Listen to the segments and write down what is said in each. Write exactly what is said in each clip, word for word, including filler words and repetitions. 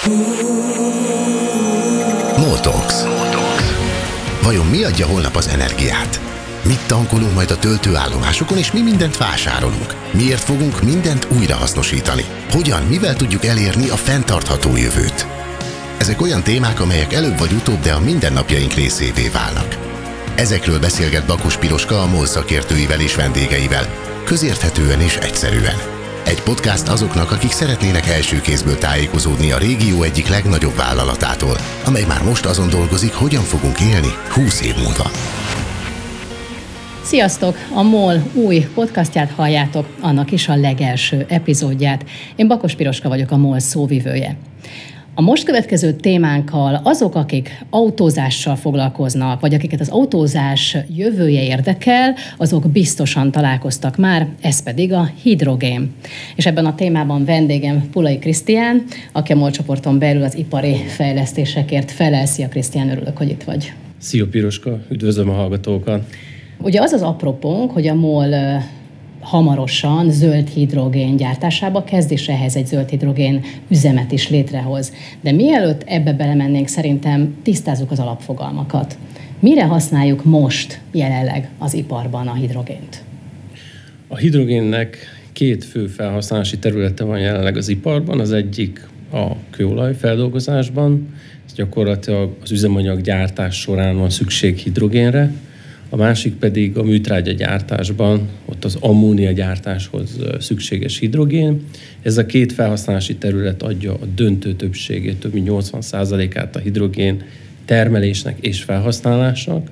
Motox. Vajon mi adja holnap az energiát? Mit tankolunk majd a töltőállomásokon, és mi mindent vásárolunk? Miért fogunk mindent újrahasznosítani? Hogyan, mivel tudjuk elérni a fenntartható jövőt? Ezek olyan témák, amelyek előbb vagy utóbb, de a mindennapjaink részévé válnak. Ezekről beszélget Bakos Piroska a MOL szakértőivel és vendégeivel, közérthetően és egyszerűen. Egy podcast azoknak, akik szeretnének első kézből tájékozódni a régió egyik legnagyobb vállalatától, amely már most azon dolgozik, hogyan fogunk élni húsz év múlva. Sziasztok! A MOL új podcastját halljátok, annak is a legelső epizódját. Én Bakos Piroska vagyok, a MOL szóvivője. A most következő témánkkal azok, akik autózással foglalkoznak, vagy akiket az autózás jövője érdekel, azok biztosan találkoztak már, ez pedig a hidrogén. És ebben a témában vendégem Pulai Krisztián, aki a MOL csoporton belül az ipari fejlesztésekért felel. Szia Krisztián, örülök, hogy itt vagy. Szia Piroska, üdvözlöm a hallgatókat. Ugye az az apropónk, hogy a MOL hamarosan zöld hidrogén gyártásába kezd, és ehhez egy zöld hidrogén üzemet is létrehoz. De mielőtt ebbe belemennénk, szerintem tisztázzuk az alapfogalmakat. Mire használjuk most jelenleg az iparban a hidrogént? A hidrogénnek két fő felhasználási területe van jelenleg az iparban. Az egyik a kőolaj feldolgozásban, ez gyakorlatilag az üzemanyag gyártás során van szükség hidrogénre. A másik pedig a műtrágya gyártásban, ott az ammónia gyártáshoz szükséges hidrogén. Ez a két felhasználási terület adja a döntő többségét, több mint nyolcvan százalékát a hidrogén termelésnek és felhasználásnak.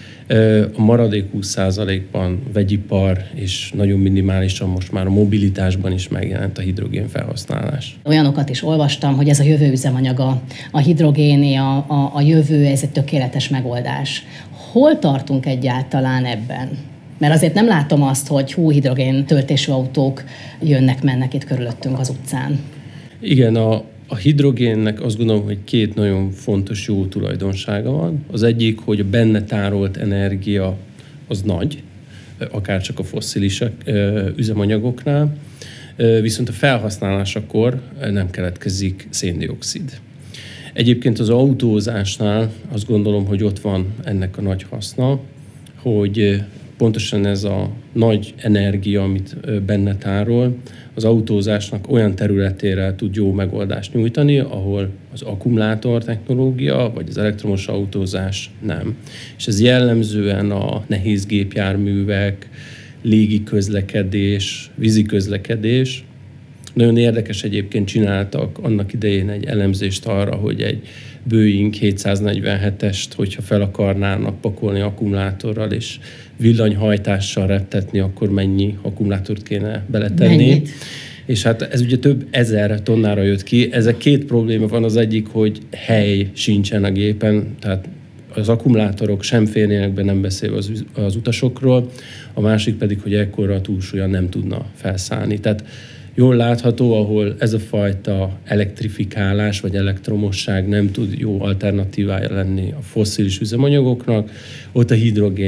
A maradék húsz százalékban vegyipar, és nagyon minimálisan most már a mobilitásban is megjelent a hidrogén felhasználás. Olyanokat is olvastam, hogy ez a jövő üzemanyaga, a hidrogéné, a, a, a jövő, ez egy tökéletes megoldás. Hol tartunk egyáltalán ebben? Mert azért nem látom azt, hogy hú, hidrogén töltésű autók jönnek-mennek itt körülöttünk az utcán. Igen, a, a hidrogénnek azt gondolom, hogy két nagyon fontos jó tulajdonsága van. Az egyik, hogy a benne tárolt energia az nagy, akár csak a fosszilis üzemanyagoknál, viszont a felhasználásakor nem keletkezik széndioxid. Egyébként az autózásnál azt gondolom, hogy ott van ennek a nagy haszna, hogy pontosan ez a nagy energia, amit benne tárol, az autózásnak olyan területére tud jó megoldást nyújtani, ahol az akkumulátor technológia, vagy az elektromos autózás nem. És ez jellemzően a nehéz gépjárművek, légi közlekedés, vízi közlekedés. Nagyon érdekes egyébként csináltak annak idején egy elemzést arra, hogy egy Boeing hétszáznegyvenhetest, hogyha fel akarnának pakolni akkumulátorral és villanyhajtással reptetni, akkor mennyi akkumulátort kéne beletenni. Mennyit? És hát ez ugye több ezer tonnára jött ki. Ezek két probléma van. Az egyik, hogy hely sincsen a gépen, tehát az akkumulátorok sem férnének be, nem beszélve az, az utasokról. A másik pedig, hogy ekkora a túlsúlya nem tudna felszállni. Tehát jól látható, ahol ez a fajta elektrifikálás vagy elektromosság nem tud jó alternatívája lenni a fosszilis üzemanyagoknak, ott a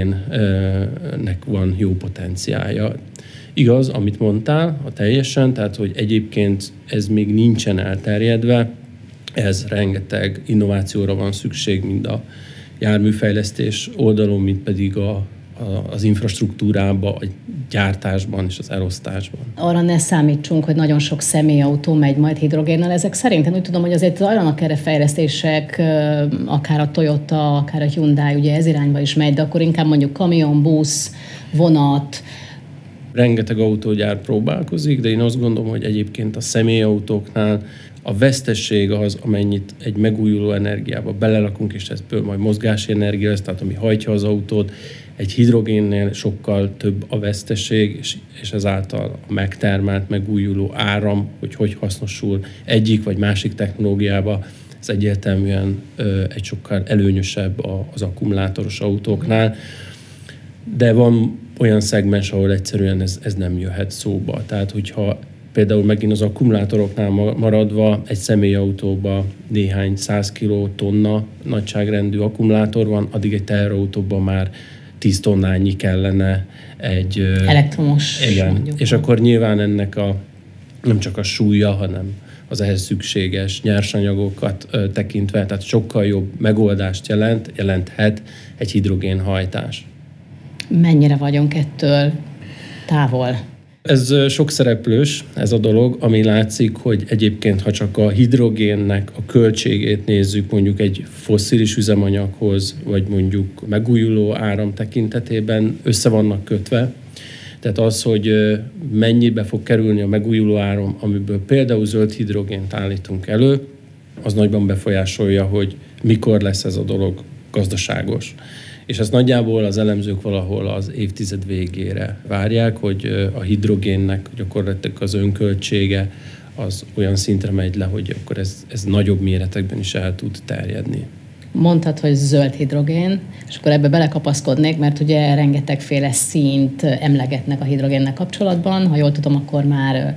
hidrogénnek van jó potenciálja. Igaz, amit mondtál, a teljesen, tehát hogy egyébként ez még nincsen elterjedve, ez rengeteg innovációra van szükség, mind a járműfejlesztés oldalon, mint pedig a az infrastruktúrában, a gyártásban és az elosztásban. Arra ne számítsunk, hogy nagyon sok személyautó megy majd hidrogénnel. Ezek szerintem úgy tudom, hogy azért zajlanak erre fejlesztések, akár a Toyota, akár a Hyundai, ugye ez irányba is megy, de akkor inkább mondjuk kamion, busz, vonat. Rengeteg autógyár próbálkozik, de én azt gondolom, hogy egyébként a személyautóknál a vesztesség az, amennyit egy megújuló energiába belelakunk, és ez például majd mozgási energia lesz, tehát ami hajtja az autót, egy hidrogénnél sokkal több a veszteség, és, és ezáltal a megtermelt, megújuló áram, hogy hogy hasznosul egyik vagy másik technológiába, ez egyértelműen ö, egy sokkal előnyösebb az akkumulátoros autóknál. De van olyan szegmens, ahol egyszerűen ez, ez nem jöhet szóba. Tehát, hogyha például megint az akkumulátoroknál maradva egy személyautóban néhány száz kiló tonna nagyságrendű akkumulátor van, addig egy teherautóban már tíz tonnányi kellene egy... Elektromos. Igen, és akkor nyilván ennek a nem csak a súlya, hanem az ehhez szükséges nyersanyagokat tekintve, tehát sokkal jobb megoldást jelent, jelenthet egy hidrogénhajtás. Mennyire vagyunk ettől távol? Ez sok szereplős, ez a dolog, ami látszik, hogy egyébként, ha csak a hidrogénnek a költségét nézzük mondjuk egy fosszilis üzemanyaghoz, vagy mondjuk megújuló áram tekintetében össze vannak kötve. Tehát az, hogy mennyibe fog kerülni a megújuló áram, amiből például zöld hidrogént állítunk elő, az nagyban befolyásolja, hogy mikor lesz ez a dolog gazdaságos. És ezt nagyjából az elemzők valahol az évtized végére várják, hogy a hidrogénnek gyakorlatilag az önköltsége az olyan szintre megy le, hogy akkor ez, ez nagyobb méretekben is el tud terjedni. Mondtad, hogy zöld hidrogén, és akkor ebbe belekapaszkodnék, mert ugye rengetegféle színt emlegetnek a hidrogénnel kapcsolatban. Ha jól tudom, akkor már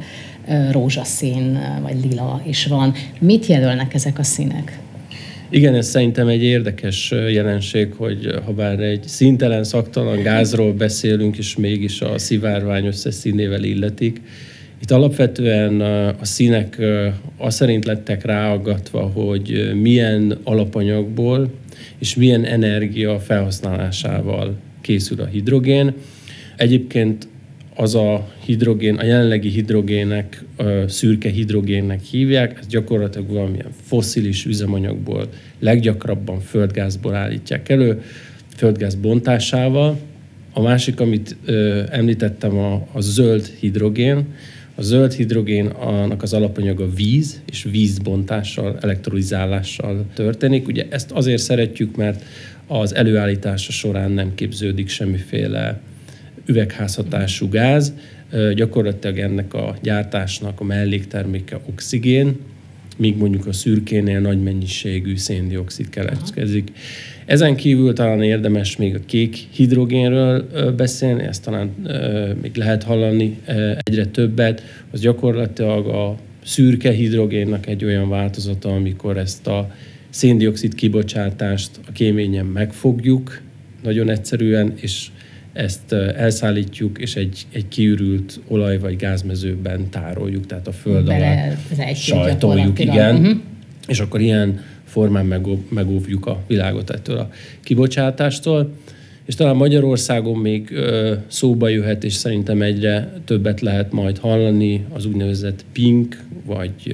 rózsaszín vagy lila is van. Mit jelölnek ezek a színek? Igen, ez szerintem egy érdekes jelenség, hogy ha bár egy színtelen, szaktalan gázról beszélünk, és mégis a szivárvány összes színével illetik. Itt alapvetően a színek azt szerint lettek ráaggatva, hogy milyen alapanyagból és milyen energia felhasználásával készül a hidrogén. Egyébként az a hidrogén, a jelenlegi hidrogének, a szürke hidrogénnek hívják, ezt gyakorlatilag valamilyen fosszilis üzemanyagból, leggyakrabban földgázból állítják elő, földgáz bontásával. A másik, amit ö, említettem, a, a zöld hidrogén. A zöld hidrogénnak az alapanyaga víz, és vízbontással, elektrolizálással történik. Ugye ezt azért szeretjük, mert az előállítása során nem képződik semmiféle üvegházhatású gáz. Gyakorlatilag ennek a gyártásnak a mellékterméke oxigén, míg mondjuk a szürkénél nagy mennyiségű széndioxid keletkezik. Ezen kívül talán érdemes még a kék hidrogénről beszélni, ezt talán még lehet hallani egyre többet. Az gyakorlatilag a szürke hidrogénnek egy olyan változata, amikor ezt a széndioxid kibocsátást a kéményen megfogjuk, nagyon egyszerűen, és ezt elszállítjuk, és egy, egy kiürült olaj- vagy gázmezőben tároljuk, tehát a föld alatt sajtoljuk, igen, uh-huh. és akkor ilyen formán megóvjuk a világot ettől a kibocsátástól. És talán Magyarországon még szóba jöhet, és szerintem egyre többet lehet majd hallani az úgynevezett pink, vagy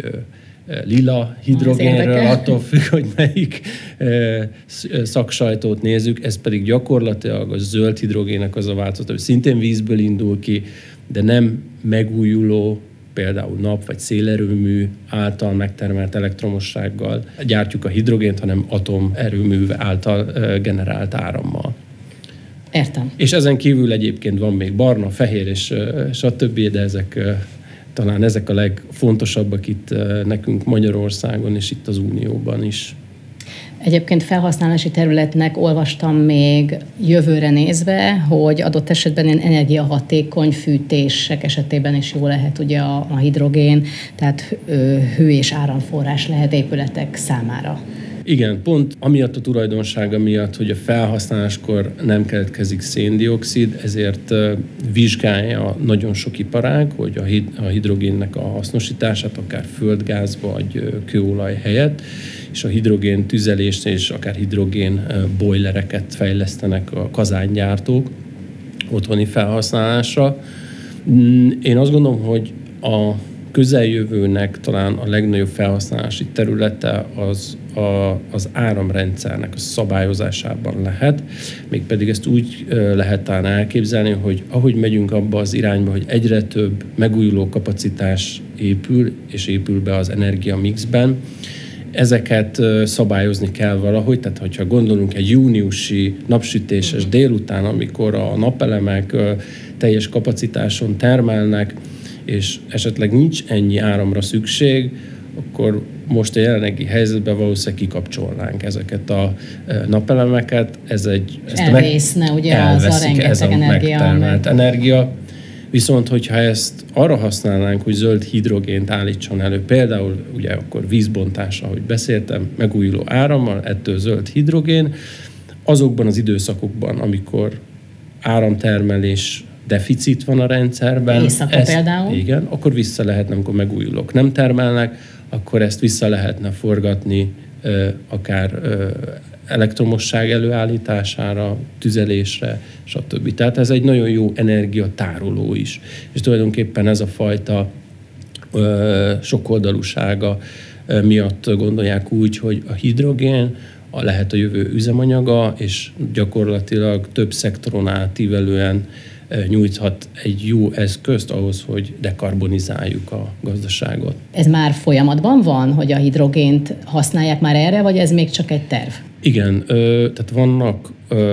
lila hidrogénről, attól függ, hogy melyik szaksajtót nézzük, ez pedig gyakorlatilag a zöld hidrogénnek az a változat, hogy szintén vízből indul ki, de nem megújuló, például nap- vagy szélerőmű által megtermelt elektromossággal gyártjuk a hidrogént, hanem atomerőmű által generált árammal. Értem. És ezen kívül egyébként van még barna, fehér és stb., de ezek talán ezek a legfontosabbak itt nekünk Magyarországon és itt az Unióban is. Egyébként felhasználási területnek olvastam még jövőre nézve, hogy adott esetben ilyen energiahatékony fűtések esetében is jó lehet ugye a, a hidrogén, tehát hő- és áramforrás lehet épületek számára. Igen, pont amiatt a tulajdonsága miatt, hogy a felhasználáskor nem keletkezik széndioxid, ezért vizsgálja nagyon sok iparág, hogy a hidrogénnek a hasznosítását akár földgáz vagy kőolaj helyett, és a hidrogén tüzelést és akár hidrogén bojlereket fejlesztenek a kazángyártók otthoni felhasználásra. Én azt gondolom, hogy a közeljövőnek talán a legnagyobb felhasználási területe az a, az áramrendszernek a szabályozásában lehet, mégpedig ezt úgy lehet talán elképzelni, hogy ahogy megyünk abba az irányba, hogy egyre több megújuló kapacitás épül, és épül be az energiamixben, ezeket szabályozni kell valahogy, tehát hogyha gondolunk egy júniusi napsütéses délután, amikor a napelemek teljes kapacitáson termelnek, és esetleg nincs ennyi áramra szükség, akkor most a jelenlegi helyzetben valószínűleg kikapcsolnánk ezeket a napelemeket. Ez egy, elvészne, meg, ugye az a rengeteg ez a energia. Megtermelt energia. Viszont, hogyha ezt arra használnánk, hogy zöld hidrogént állítson elő, például ugye akkor vízbontás, ahogy beszéltem, megújuló árammal, ettől zöld hidrogén, azokban az időszakokban, amikor áramtermelés deficit van a rendszerben. Éjszaka ezt, például. Igen, akkor vissza lehetne, amikor megújulók nem termelnek, akkor ezt vissza lehetne forgatni akár elektromosság előállítására, tüzelésre, stb. Tehát ez egy nagyon jó energiatároló is. És tulajdonképpen ez a fajta sokoldalúsága miatt gondolják úgy, hogy a hidrogén a lehet a jövő üzemanyaga, és gyakorlatilag több szektoron átívelően nyújthat egy jó eszközt ahhoz, hogy dekarbonizáljuk a gazdaságot. Ez már folyamatban van, hogy a hidrogént használják már erre, vagy ez még csak egy terv? Igen, tehát vannak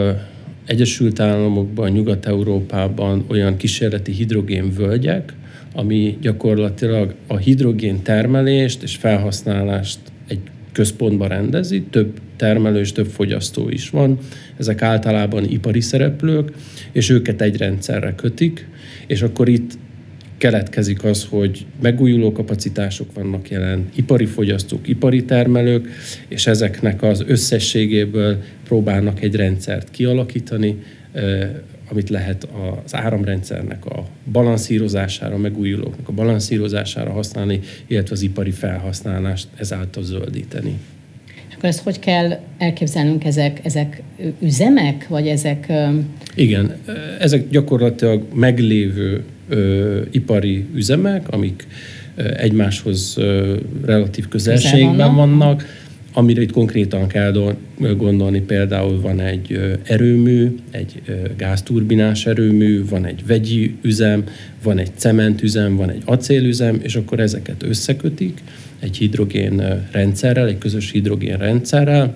Egyesült Államokban, Nyugat-Európában olyan kísérleti hidrogénvölgyek, ami gyakorlatilag a hidrogén termelést és felhasználást egy központba rendezi, több termelő és több fogyasztó is van. Ezek általában ipari szereplők, és őket egy rendszerre kötik, és akkor itt keletkezik az, hogy megújuló kapacitások vannak jelen, ipari fogyasztók, ipari termelők, és ezeknek az összességéből próbálnak egy rendszert kialakítani, amit lehet az áramrendszernek a balanszírozására, megújulóknak a balanszírozására használni, illetve az ipari felhasználást ezáltal zöldíteni. És akkor ezt hogy kell elképzelnünk? Ezek, ezek üzemek, vagy ezek... Igen, ezek gyakorlatilag meglévő ö, ipari üzemek, amik ö, egymáshoz ö, relatív közelségben vannak. vannak. Amire itt konkrétan kell gondolni, például van egy erőmű, egy gázturbinás erőmű, van egy vegyi üzem, van egy cementüzem, van egy acélüzem, és akkor ezeket összekötik egy hidrogén rendszerrel, egy közös hidrogén rendszerrel.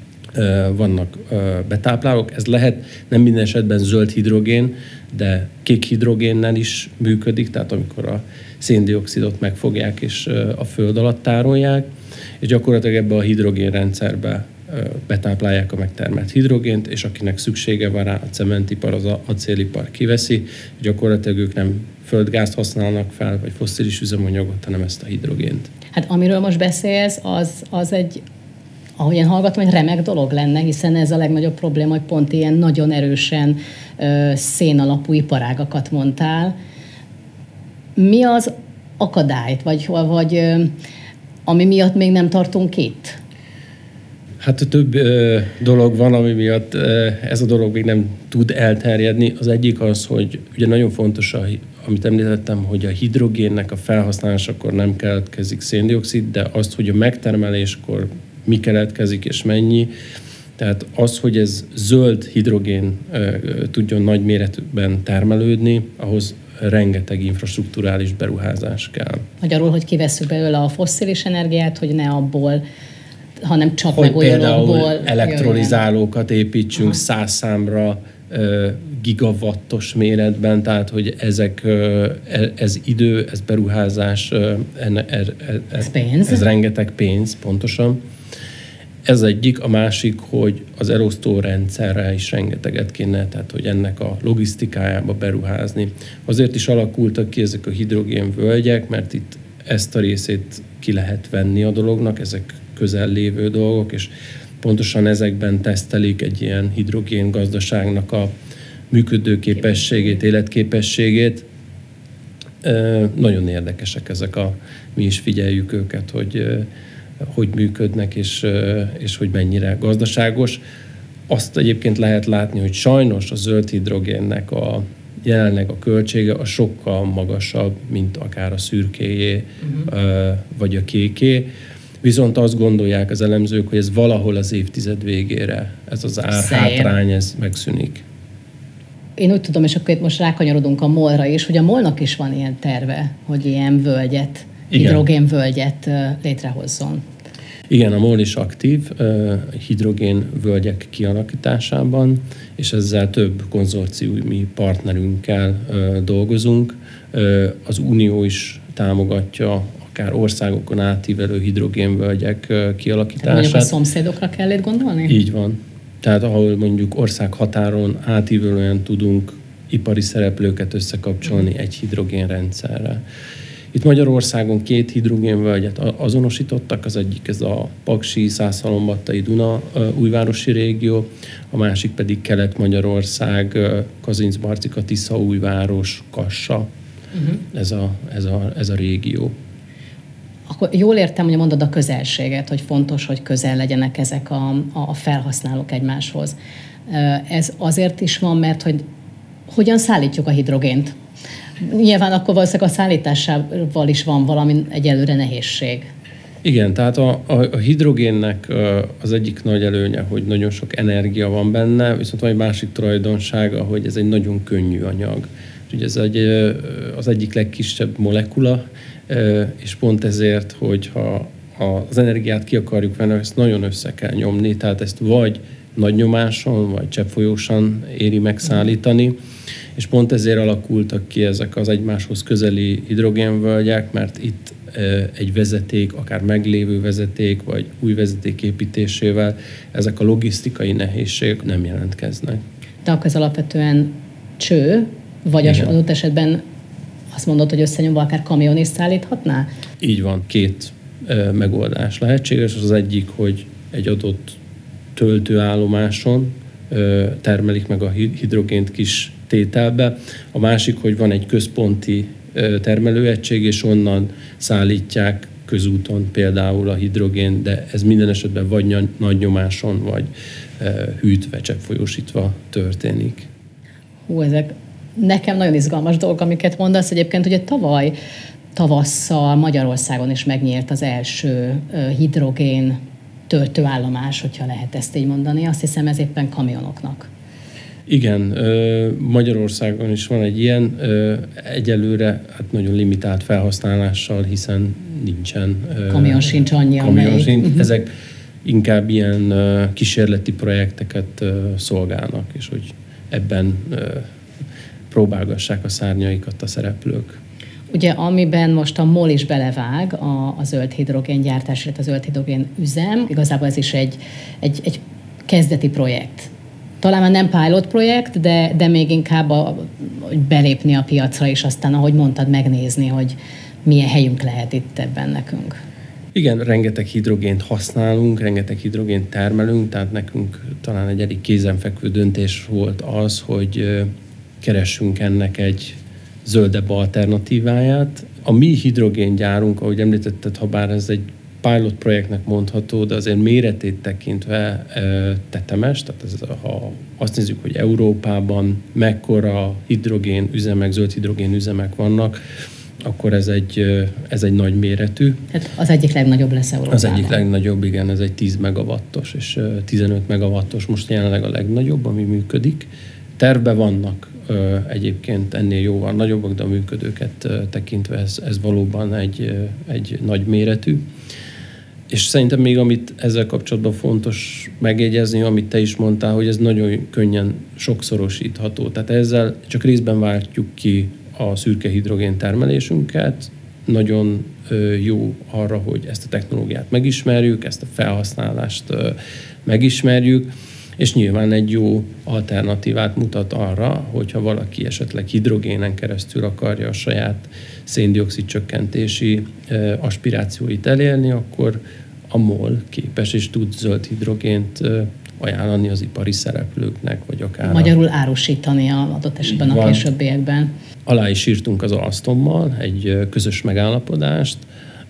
Vannak betáplálók, ez lehet nem minden esetben zöld hidrogén, de kék hidrogénnel is működik, tehát amikor a széndioxidot megfogják és a föld alatt tárolják, és gyakorlatilag ebbe a hidrogénrendszerbe betáplálják a megtermelt hidrogént, és akinek szüksége van rá, a cementipar, az acélipar kiveszi, gyakorlatilag ők nem földgázt használnak fel, vagy fosszilis üzemanyagot, hanem ezt a hidrogént. Hát amiről most beszélsz, az, az egy, ahogy én hallgatom, egy remek dolog lenne, hiszen ez a legnagyobb probléma, hogy pont ilyen nagyon erősen ö, szénalapú iparágakat mondtál. Mi az akadályt, vagy, vagy ö, ami miatt még nem tartunk itt? Hát több ö, dolog van, ami miatt ö, ez a dolog még nem tud elterjedni. Az egyik az, hogy ugye nagyon fontos, a, amit említettem, hogy a hidrogénnek a felhasználásakor nem keletkezik széndioxid, de azt, hogy a megtermeléskor mi keletkezik és mennyi. Tehát az, hogy ez zöld hidrogén ö, tudjon nagy méretben termelődni, ahhoz rengeteg infrastrukturális beruházás kell. Magyarul, hogy kivesszük belőle a fosszilis energiát, hogy ne abból, hanem csak hogy megújulókból. Például elektrolizálókat építsünk száz számra gigawattos méretben, tehát hogy ezek, ez idő, ez beruházás, ez, ez, ez pénz. Ez rengeteg pénz, pontosan. Ez egyik, a másik, hogy az elosztó rendszerre is rengeteget kéne, tehát hogy ennek a logisztikájába beruházni. Azért is alakultak ki ezek a hidrogénvölgyek, mert itt ezt a részét ki lehet venni a dolognak, ezek közel lévő dolgok, és pontosan ezekben tesztelik egy ilyen hidrogén gazdaságnak a működőképességét, életképességét. Nagyon érdekesek ezek a, mi is figyeljük őket, hogy hogy működnek, és, és hogy mennyire gazdaságos. Azt egyébként lehet látni, hogy sajnos a zöld hidrogénnek a jelenleg a költsége a sokkal magasabb, mint akár a szürkéjé, uh-huh. vagy a kéké. Viszont azt gondolják az elemzők, hogy ez valahol az évtized végére, ez az árhátrány, ez megszűnik. Én úgy tudom, és akkor itt most rákanyarodunk a MOL-ra is, hogy a MOL-nak is van ilyen terve, hogy ilyen völgyet, hidrogénvölgyet létrehozzon. Igen, a MOL is aktív hidrogénvölgyek kialakításában, és ezzel több konzorciumi partnerünkkel dolgozunk. Az Unió is támogatja akár országokon átívelő hidrogénvölgyek kialakítását. Tehát mondjuk a szomszédokra kell itt gondolni? Így van. Tehát ahol mondjuk országhatáron átívelően tudunk ipari szereplőket összekapcsolni mm. egy hidrogénrendszerre. Itt Magyarországon két hidrogénvölgyet azonosítottak, az egyik ez a Paksi, Szászhalombattai, Duna újvárosi régió, a másik pedig Kelet-Magyarország, Kazincbarcika, Tiszaújváros, Kassa, uh-huh. ez, a, ez, a, ez a régió. Akkor jól értem, hogy mondod a közelséget, hogy fontos, hogy közel legyenek ezek a, a felhasználók egymáshoz. Ez azért is van, mert hogy hogyan szállítjuk a hidrogént? Nyilván akkor valószínűleg a szállításával is van valami egyelőre nehézség. Igen, tehát a, a, a hidrogénnek az egyik nagy előnye, hogy nagyon sok energia van benne, viszont van egy másik tulajdonsága, hogy ez egy nagyon könnyű anyag. Ugye ez egy, az egyik legkisebb molekula, és pont ezért, hogyha az energiát ki akarjuk venni, ezt nagyon össze kell nyomni, tehát ezt vagy nagy nyomáson, vagy cseppfolyósan éri megszállítani, és pont ezért alakultak ki ezek az egymáshoz közeli hidrogénvölgyek, mert itt egy vezeték, akár meglévő vezeték, vagy új vezeték építésével ezek a logisztikai nehézségek nem jelentkeznek. De akkor ez alapvetően cső, vagy igen. Az adott esetben azt mondod, hogy összenyomva akár kamion is szállíthatná? Így van, két e, megoldás lehetséges. Az egyik, hogy egy adott töltőállomáson e, termelik meg a hidrogént kis tételbe. A másik, hogy van egy központi e, termelőegység, és onnan szállítják közúton például a hidrogén, de ez minden esetben vagy ny- nagy nyomáson, vagy e, hűtve, cseppfolyósítva történik. Hú, ezek nekem nagyon izgalmas dolgok, amiket mondasz. Egyébként ugye tavaly tavasszal Magyarországon is megnyílt az első hidrogén töltőállomás, hogyha lehet ezt így mondani. Azt hiszem, ez éppen kamionoknak. Igen, Magyarországon is van egy ilyen, egyelőre hát nagyon limitált felhasználással, hiszen nincsen... Kamion sincs annyi, kamion sincs. Uh-huh. Ezek inkább ilyen kísérleti projekteket szolgálnak, és hogy ebben próbálgassák a szárnyaikat a szereplők. Ugye, amiben most a MOL is belevág, a, a zöld hidrogén gyártás, illetve a zöld hidrogén üzem, igazából ez is egy, egy, egy kezdeti projekt. Talán már nem pilot projekt, de, de még inkább a, hogy belépni a piacra, és aztán, ahogy mondtad, megnézni, hogy milyen helyünk lehet itt ebben nekünk. Igen, rengeteg hidrogént használunk, rengeteg hidrogént termelünk, tehát nekünk talán egy elég kézenfekvő döntés volt az, hogy keressünk ennek egy zöldebb alternatíváját. A mi hidrogéngyárunk, ahogy említetted, ha bár ez egy pilot projektnek mondható, de azért méretét tekintve tetemes, tehát ez, ha azt nézzük, hogy Európában mekkora hidrogén üzemek, zöld hidrogén üzemek vannak, akkor ez egy, ez egy nagy méretű. Hát az egyik legnagyobb lesz Európában. Az egyik legnagyobb, igen, ez egy tíz megawattos, és tizenöt megawattos most jelenleg a legnagyobb, ami működik. Tervben vannak egyébként ennél jóval nagyobbak, de a működőket tekintve ez, ez valóban egy, egy nagy méretű. És szerintem még amit ezzel kapcsolatban fontos megjegyezni, amit te is mondtál, hogy ez nagyon könnyen sokszorosítható. Tehát ezzel csak részben váltjuk ki a szürke hidrogén termelésünket. Nagyon jó arra, hogy ezt a technológiát megismerjük, ezt a felhasználást megismerjük, és nyilván egy jó alternatívát mutat arra, hogyha valaki esetleg hidrogénen keresztül akarja a saját szén-dioxid csökkentési aspirációit elérni, akkor a MOL képes és tud zöld hidrogént ajánlani az ipari szereplőknek, vagy akár... Magyarul árusítani a adott esetben a későbbiekben. Alá is írtunk az Alstommal egy közös megállapodást,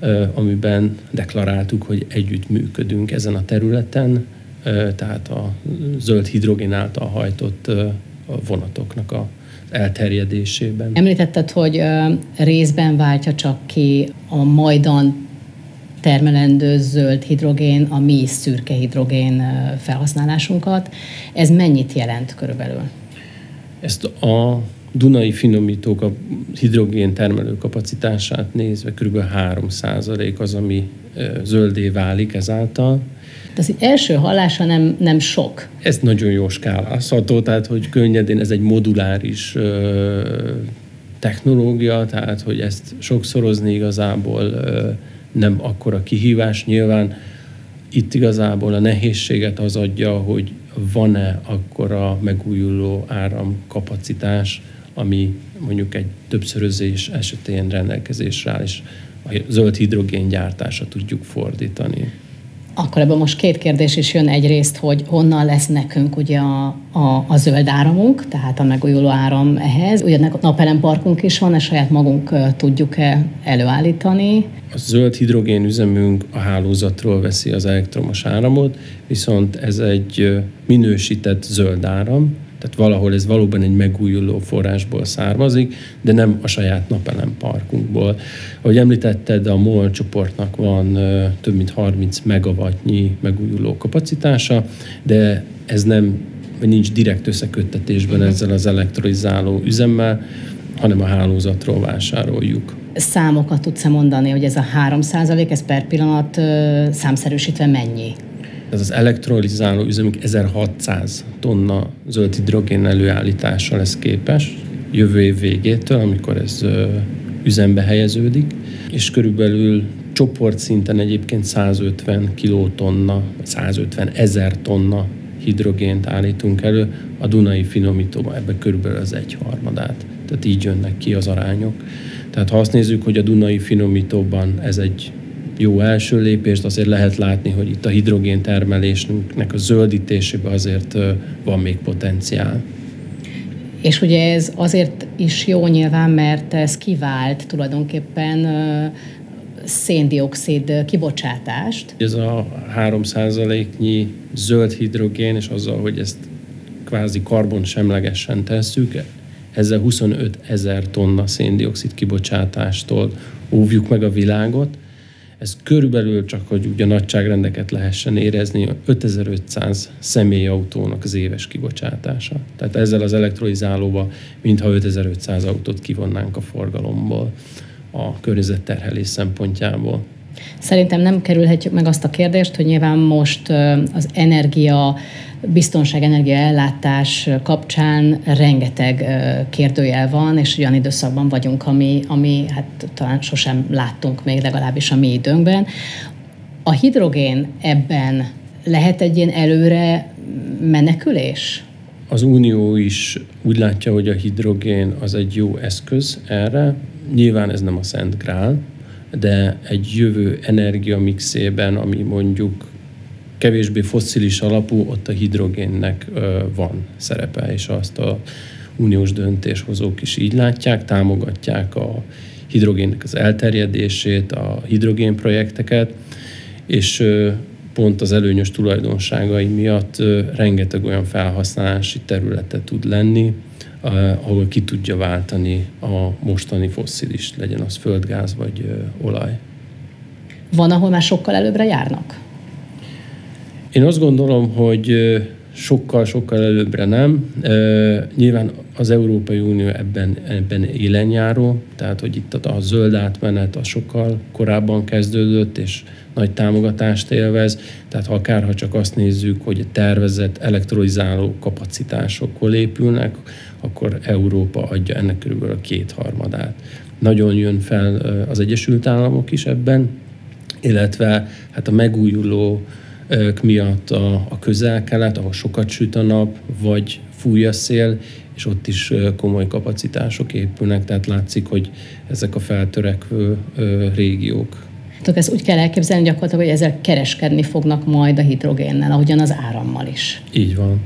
amiben deklaráltuk, hogy együtt működünk ezen a területen, tehát a zöld hidrogén által hajtott vonatoknak az elterjedésében. Említetted, hogy részben váltja csak ki a majdan termelendő zöld hidrogén, a mi szürke hidrogén felhasználásunkat. Ez mennyit jelent körülbelül? Ezt a dunai finomítók a hidrogén termelő kapacitását nézve kb. három százalék az, ami zöldé válik ezáltal. De az első hallásra nem, nem sok. Ez nagyon jó skálázható, tehát hogy könnyedén ez egy moduláris ö, technológia, tehát hogy ezt sokszorozni igazából ö, nem akkora kihívás. Nyilván itt igazából a nehézséget az adja, hogy van-e akkora megújuló áramkapacitás, ami mondjuk egy többszörözés esetén rendelkezésre áll, és a zöld hidrogén gyártása tudjuk fordítani. Akkor ebből most két kérdés is jön. Egyrészt, hogy honnan lesz nekünk ugye a, a, a zöld áramunk, tehát a megújuló áram ehhez. Ugye napelemparkunk is van, és saját magunk tudjuk-e előállítani. A zöld hidrogén üzemünk a hálózatról veszi az elektromos áramot, viszont ez egy minősített zöld áram, tehát valahol ez valóban egy megújuló forrásból származik, de nem a saját napelemparkunkból. Ahogy említetted, a MOL csoportnak van több mint harminc megawattnyi megújuló kapacitása, de ez nem, nincs direkt összeköttetésben ezzel az elektrolizáló üzemmel, hanem a hálózatról vásároljuk. Számokat tudsz-e mondani, hogy ez a három százalék, ez per pillanat számszerűsítve mennyi? Ez az elektrolizáló üzemünk ezerhatszáz tonna zöld hidrogén előállítása lesz képes jövő év végétől, amikor ez üzembe helyeződik, és körülbelül csoportszinten egyébként százötven kilotonna, százötven ezer tonna hidrogént állítunk elő, a Dunai finomítóban ebben körülbelül az egyharmadát. Tehát így jönnek ki az arányok. Tehát ha azt nézzük, hogy a Dunai finomítóban ez egy jó első lépést, azért lehet látni, hogy itt a hidrogén termelésünknek a zöldítésében azért van még potenciál. És ugye ez azért is jó nyilván, mert ez kivált tulajdonképpen széndioxid kibocsátást. Ez a három százaléknyi zöld hidrogén, és azzal, hogy ezt kvázi karbonsemlegesen tesszük, ezzel huszonöt ezer tonna széndioxid kibocsátástól óvjuk meg a világot. Ez körülbelül csak, hogy ugye nagyságrendeket lehessen érezni, ötezer-ötszáz személyautónak az éves kibocsátása. Tehát ezzel az elektrolizálóval mintha ötezer-ötszáz autót kivonnánk a forgalomból a környezetterhelés szempontjából. Szerintem nem kerülhetjük meg azt a kérdést, hogy nyilván most az energia, biztonság, energiaellátás kapcsán rengeteg kérdőjel van, és olyan időszakban vagyunk, ami, ami hát talán sosem láttunk még, legalábbis a mi időnkben. A hidrogén ebben lehet egy ilyen előre menekülés? Az Unió is úgy látja, hogy a hidrogén az egy jó eszköz erre. Nyilván ez nem a Szent Grál, de egy jövő energiamixében, ami mondjuk kevésbé fosszilis alapú, ott a hidrogénnek van szerepe, és azt a uniós döntéshozók is így látják, támogatják a hidrogénnek az elterjedését, a hidrogénprojekteket, és pont az előnyös tulajdonságai miatt rengeteg olyan felhasználási területe tud lenni, ahol ki tudja váltani a mostani fosszilis, legyen az földgáz vagy olaj. Van, ahol már sokkal előbbre járnak? Én azt gondolom, hogy sokkal-sokkal előbbre nem. Nyilván az Európai Unió ebben, ebben élenjáró, tehát hogy itt a zöld átmenet az sokkal korábban kezdődött, és nagy támogatást élvez. Tehát ha akár ha csak azt nézzük, hogy a tervezett elektrolizáló kapacitások hol épülnek, akkor Európa adja ennek körülbelül a kétharmadát. Nagyon jön fel az Egyesült Államok is ebben, illetve hát a megújuló miatt a, a közel-kelet, ahol sokat süt a nap, vagy fúj a szél, és ott is komoly kapacitások épülnek, tehát látszik, hogy ezek a feltörekvő ö, régiók. Tehát ezt úgy kell elképzelni gyakorlatilag, hogy ezzel kereskedni fognak majd a hidrogénnel, ahogyan az árammal is. Így van.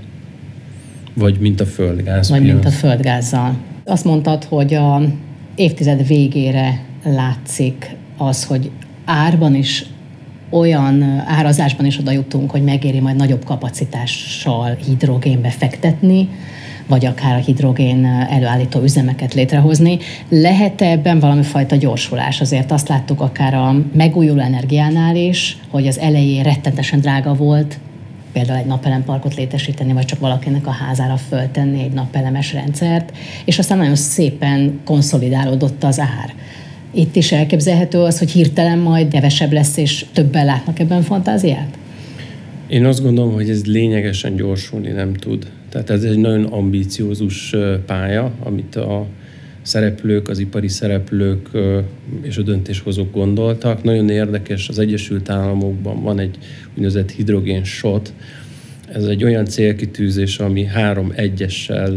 Vagy mint a földgáz. Vagy mint a földgázzal. Azt mondtad, hogy a évtized végére látszik az, hogy árban is, olyan árazásban is oda jutunk, hogy megéri majd nagyobb kapacitással hidrogénbe fektetni, vagy akár a hidrogén előállító üzemeket létrehozni. Lehet ebben valami fajta gyorsulás? Azért azt láttuk akár a megújuló energiánál is, hogy az elején rettentesen drága volt, például egy napelemparkot létesíteni, vagy csak valakinek a házára föltenni egy napelemes rendszert, és aztán nagyon szépen konszolidálódott az ár. Itt is elképzelhető az, hogy hirtelen majd kevesebb lesz, és többen látnak ebben fantáziát? Én azt gondolom, hogy ez lényegesen gyorsulni nem tud. Tehát ez egy nagyon ambíciózus pálya, amit a szereplők, az ipari szereplők és a döntéshozók gondoltak. Nagyon érdekes, az Egyesült Államokban van egy úgynevezett hidrogén shot. Ez egy olyan célkitűzés, ami három egyessel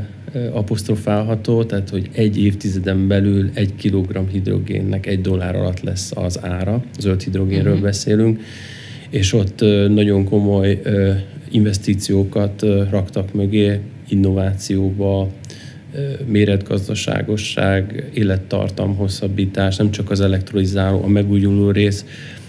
apostrofálható, tehát hogy egy évtizeden belül egy kilogramm hidrogénnek egy dollár alatt lesz az ára, zöld hidrogénről uh-huh. beszélünk, és ott nagyon komoly investíciókat raktak mögé, innovációba, méretgazdaságosság, élettartam, hosszabbítás, nem csak az elektrolizáló, a megújuló rész,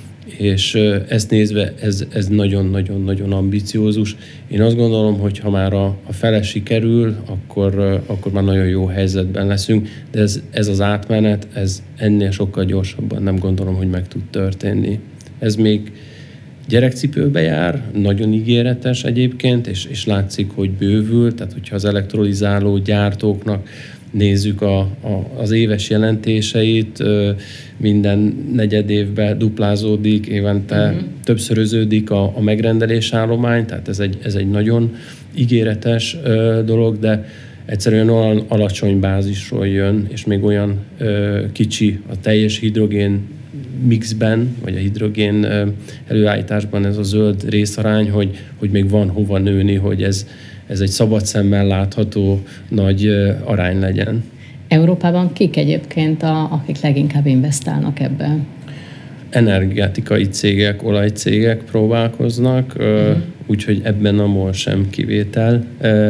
és ezt nézve ez, ez nagyon-nagyon-nagyon ambiciózus. Én azt gondolom, hogy ha már a, a fele sikerül, akkor, akkor már nagyon jó helyzetben leszünk, de ez, ez az átmenet, ez ennél sokkal gyorsabban nem gondolom, hogy meg tud történni. Ez még gyerekcipőbe jár, nagyon ígéretes egyébként, és, és látszik, hogy bővül, tehát hogyha az elektrolizáló gyártóknak nézzük a, a, az éves jelentéseit, minden negyed évben duplázódik, évente uh-huh. többszöröződik a, a megrendelés állomány, tehát ez egy, ez egy nagyon ígéretes ö, dolog, de egyszerűen olyan alacsony bázisról jön, és még olyan ö, kicsi a teljes hidrogén mixben, vagy a hidrogén előállításban ez a zöld részarány, hogy, hogy még van hova nőni, hogy ez, ez egy szabad szemmel látható nagy arány legyen. Európában kik egyébként, a, akik leginkább investálnak ebben? Energetikai cégek, olajcégek próbálkoznak, uh-huh. úgyhogy ebben a MOL sem kivétel.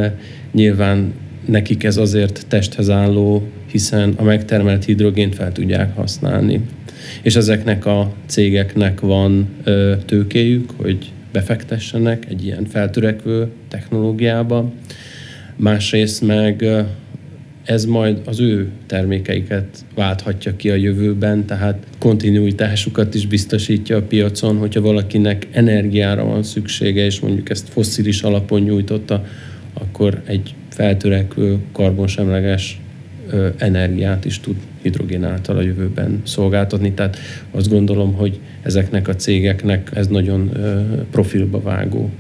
Nyilván nekik ez azért testhez álló, hiszen a megtermelt hidrogént fel tudják használni. És ezeknek a cégeknek van ö, tőkéjük, hogy befektessenek egy ilyen feltörekvő technológiába. Másrészt meg ö, ez majd az ő termékeiket válthatja ki a jövőben, tehát kontinuitásukat is biztosítja a piacon, hogyha valakinek energiára van szüksége, és mondjuk ezt fosszilis alapon nyújtotta, akkor egy feltörekvő, karbonsemleges ö, energiát is tud hidrogén által a jövőben szolgáltatni. Tehát azt gondolom, hogy ezeknek a cégeknek ez nagyon profilba vágó.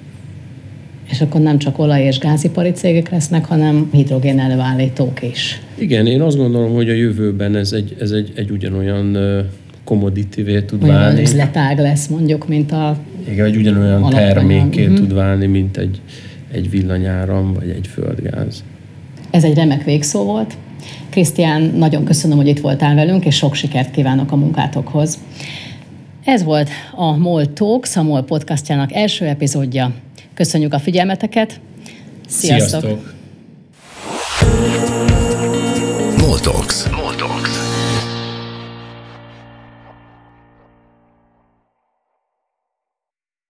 És akkor nem csak olaj- és gázipari cégek lesznek, hanem hidrogén előállítók is. Igen, én azt gondolom, hogy a jövőben ez egy, ez egy, egy ugyanolyan commodity-vé tud olyan válni. Üzletág lesz mondjuk, mint a Igen, egy ugyanolyan alapanyag. termékké uh-huh. tud válni, mint egy, egy villanyáram, vagy egy földgáz. Ez egy remek végszó volt. Krisztián, nagyon köszönöm, hogy itt voltál velünk, és sok sikert kívánok a munkátokhoz. Ez volt a MOL Talks, a MOL podcastjának első epizódja. Köszönjük a figyelmeteket. Sziasztok! Sziasztok. MOL Talks.